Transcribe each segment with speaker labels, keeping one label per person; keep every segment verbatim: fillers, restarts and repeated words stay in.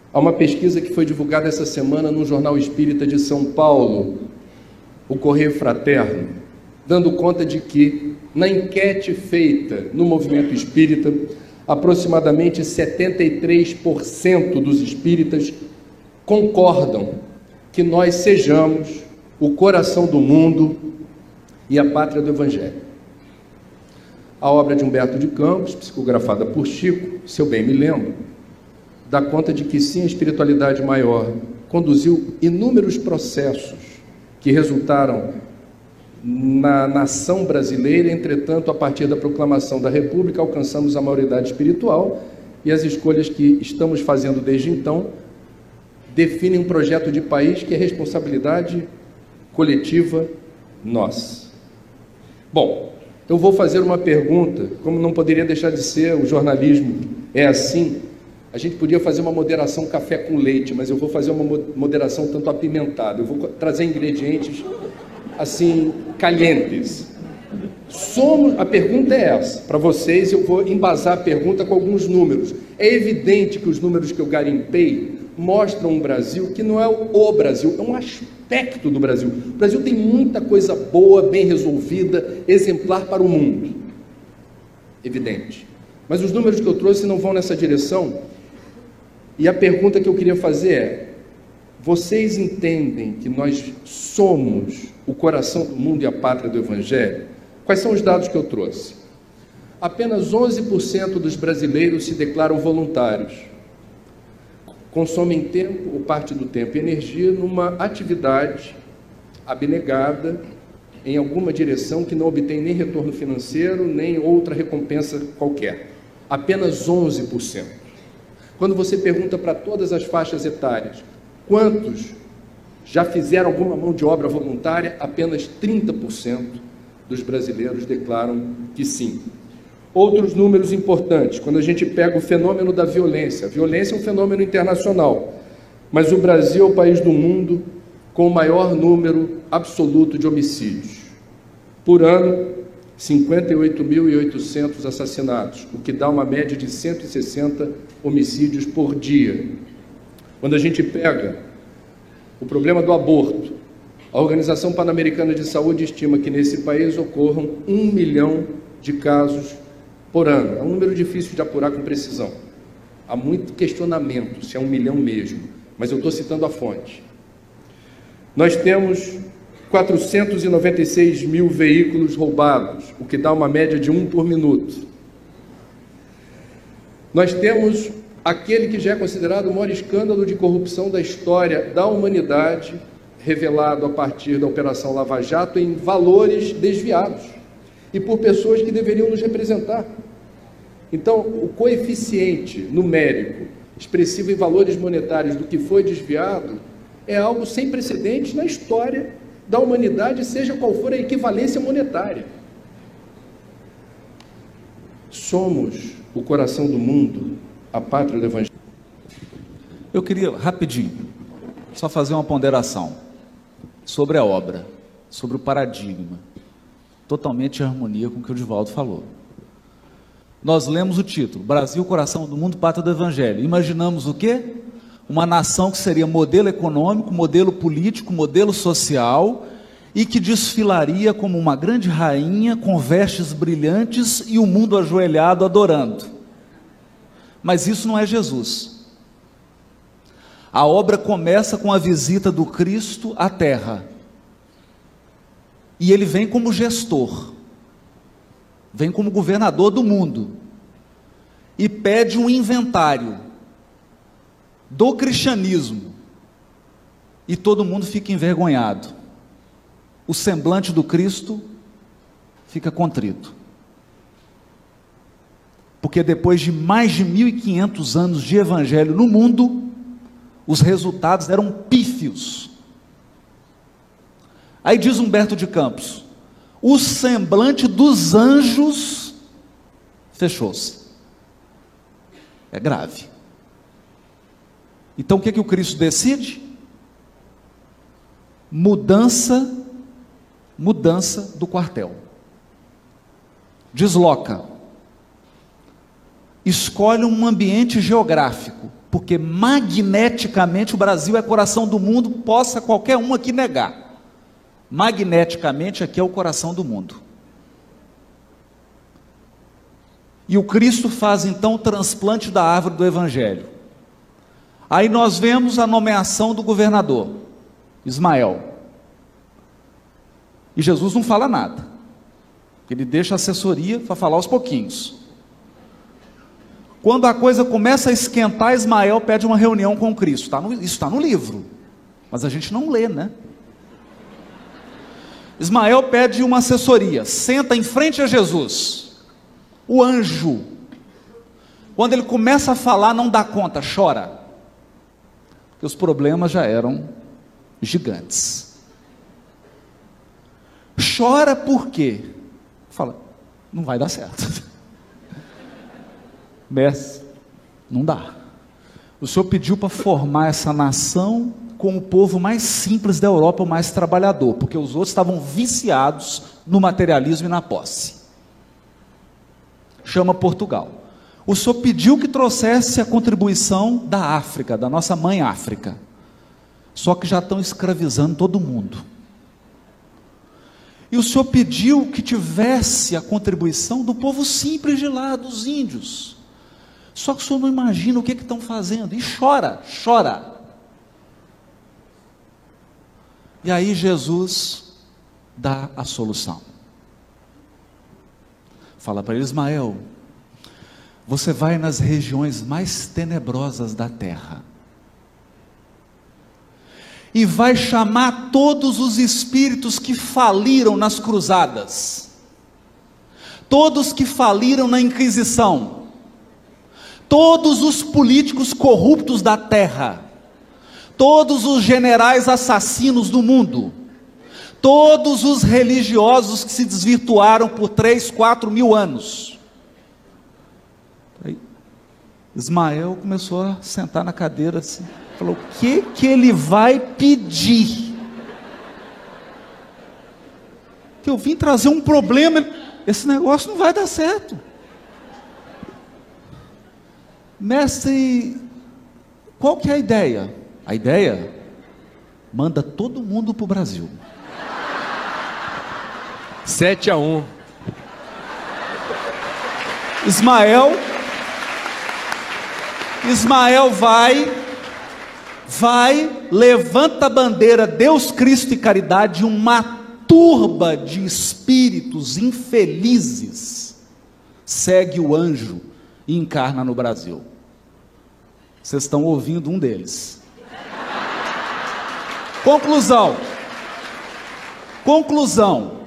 Speaker 1: Há uma pesquisa que foi divulgada essa semana no Jornal Espírita de São Paulo, o Correio Fraterno, dando conta de que, na enquete feita no movimento espírita, aproximadamente setenta e três por cento dos espíritas concordam que nós sejamos o coração do mundo e a pátria do Evangelho. A obra de Humberto de Campos, psicografada por Chico, se eu bem me lembro, dá conta de que sim, a espiritualidade maior conduziu inúmeros processos que resultaram na nação brasileira. Entretanto, a partir da proclamação da República, alcançamos a maioridade espiritual e as escolhas que estamos fazendo desde então definem um projeto de país que é responsabilidade coletiva nossa. Bom, eu vou fazer uma pergunta, como não poderia deixar de ser, o jornalismo é assim, a gente podia fazer uma moderação café com leite, mas eu vou fazer uma moderação tanto apimentada, eu vou trazer ingredientes assim, calientes. Somos, a pergunta é essa, para vocês, eu vou embasar a pergunta com alguns números. É evidente que os números que eu garimpei mostram um Brasil que não é o Brasil, é um aspecto do Brasil. O Brasil tem muita coisa boa, bem resolvida, exemplar para o mundo. Evidente. Mas os números que eu trouxe não vão nessa direção. E a pergunta que eu queria fazer é: vocês entendem que nós somos o coração do mundo e a pátria do Evangelho? Quais são os dados que eu trouxe? Apenas onze por cento dos brasileiros se declaram voluntários. Consomem tempo, ou parte do tempo e energia, numa atividade abnegada, em alguma direção que não obtém nem retorno financeiro, nem outra recompensa qualquer. Apenas onze por cento. Quando você pergunta para todas as faixas etárias, quantos já fizeram alguma mão de obra voluntária, apenas trinta por cento dos brasileiros declaram que sim. Outros números importantes, quando a gente pega o fenômeno da violência. A violência é um fenômeno internacional, mas o Brasil é o país do mundo com o maior número absoluto de homicídios. Por ano, cinquenta e oito mil e oitocentos assassinatos, o que dá uma média de cento e sessenta homicídios por dia. Quando a gente pega o problema do aborto, a Organização Pan-Americana de Saúde estima que nesse país ocorram um milhão de casos por ano. É um número difícil de apurar com precisão. Há muito questionamento se é um milhão mesmo, mas eu estou citando a fonte. Nós temos quatrocentos e noventa e seis mil veículos roubados, o que dá uma média de um por minuto. Nós temos aquele que já é considerado o maior escândalo de corrupção da história da humanidade, revelado a partir da Operação Lava Jato em valores desviados e por pessoas que deveriam nos representar. Então, o coeficiente numérico expressivo em valores monetários do que foi desviado é algo sem precedentes na história da humanidade, seja qual for a equivalência monetária. Somos o coração do mundo, a pátria do Evangelho.
Speaker 2: Eu queria, rapidinho, só fazer uma ponderação sobre a obra, sobre o paradigma, totalmente em harmonia com o que o Divaldo falou. Nós lemos o título, Brasil, coração do mundo, pátria do Evangelho. Imaginamos o quê? Uma nação que seria modelo econômico, modelo político, modelo social, e que desfilaria como uma grande rainha com vestes brilhantes e o mundo ajoelhado adorando. Mas isso não é Jesus. A obra começa com a visita do Cristo à Terra. E ele vem como gestor, vem como governador do mundo, e pede um inventário do cristianismo, e todo mundo fica envergonhado. O semblante do Cristo fica contrito, porque depois de mais de mil e quinhentos anos de evangelho no mundo, os resultados eram pífios. Aí diz Humberto de Campos, o semblante dos anjos fechou-se. É grave. Então o que, que o Cristo decide? Mudança, mudança do quartel. Desloca. Escolhe um ambiente geográfico, porque magneticamente o Brasil é coração do mundo, possa qualquer um aqui negar. Magneticamente aqui é o coração do mundo. E o Cristo faz então o transplante da árvore do Evangelho. Aí nós vemos a nomeação do governador, Ismael. E Jesus não fala nada. Ele deixa a assessoria para falar aos pouquinhos. Quando a coisa começa a esquentar, Ismael pede uma reunião com Cristo. Tá no, isso está no livro, mas a gente não lê, né? Ismael pede uma assessoria, senta em frente a Jesus. O anjo, quando ele começa a falar, não dá conta, chora. Porque os problemas já eram gigantes. Chora por quê? Fala, não vai dar certo. Mestre, não dá. O Senhor pediu para formar essa nação com o povo mais simples da Europa, o mais trabalhador, porque os outros estavam viciados no materialismo e na posse. Chama Portugal. O Senhor pediu que trouxesse a contribuição da África, da nossa mãe África. Só que já estão escravizando todo mundo. E o Senhor pediu que tivesse a contribuição do povo simples de lá, dos índios. Só que o Senhor não imagina o que, que estão fazendo. E chora, chora. E aí Jesus dá a solução. Fala para ele, Ismael, você vai nas regiões mais tenebrosas da terra. E vai chamar todos os espíritos que faliram nas cruzadas. Todos que faliram na Inquisição. Todos os políticos corruptos da terra. Todos os generais assassinos do mundo. Todos os religiosos que se desvirtuaram por três, quatro mil anos. Aí, Ismael começou a sentar na cadeira assim. Falou, o que que ele vai pedir? Que eu vim trazer um problema. Esse negócio não vai dar certo. Mestre, qual que é a ideia? A ideia? Manda todo mundo para o Brasil.
Speaker 1: sete a um.
Speaker 2: Ismael, Ismael vai, vai, levanta a bandeira Deus, Cristo e caridade, uma turba de espíritos infelizes, segue o anjo e encarna no Brasil. Vocês estão ouvindo um deles. Conclusão. Conclusão.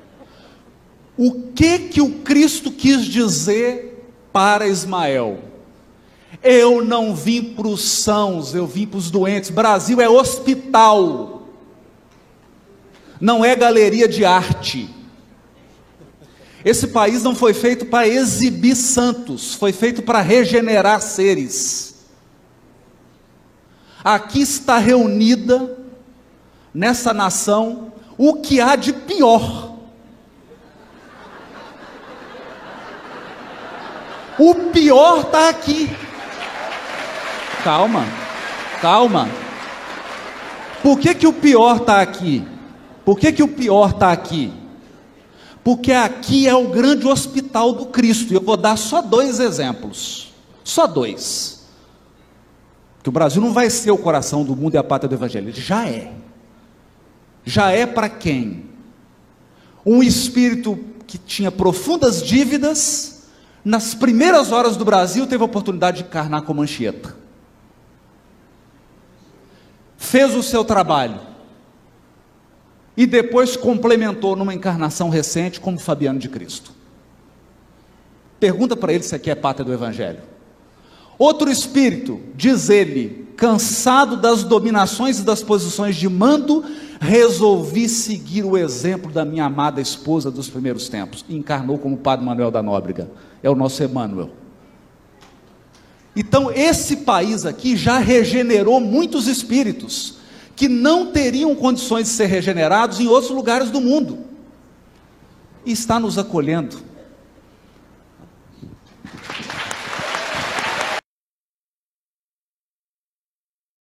Speaker 2: O que que o Cristo quis dizer para Ismael? Eu não vim para os sãos, eu vim para os doentes. Brasil é hospital, não é galeria de arte. Esse país não foi feito para exibir santos, foi feito para regenerar seres. Aqui está reunida, nessa nação, o que há de pior. O pior está aqui. Calma, calma. Por que que o pior está aqui? Por que que o pior está aqui? Porque aqui é o grande hospital do Cristo. E eu vou dar só dois exemplos. Só dois. Que o Brasil não vai ser o coração do mundo e a pátria do Evangelho. Ele já é. Já é para quem? Um espírito que tinha profundas dívidas, nas primeiras horas do Brasil, teve a oportunidade de encarnar como Anchieta. Fez o seu trabalho. E depois complementou numa encarnação recente como Fabiano de Cristo. Pergunta para ele se aqui é pátria do Evangelho. Outro espírito, diz ele, cansado das dominações e das posições de mando, resolvi seguir o exemplo da minha amada esposa dos primeiros tempos. E encarnou como Padre Manuel da Nóbrega. É o nosso Emmanuel. Então esse país aqui já regenerou muitos espíritos que não teriam condições de ser regenerados em outros lugares do mundo. E está nos acolhendo.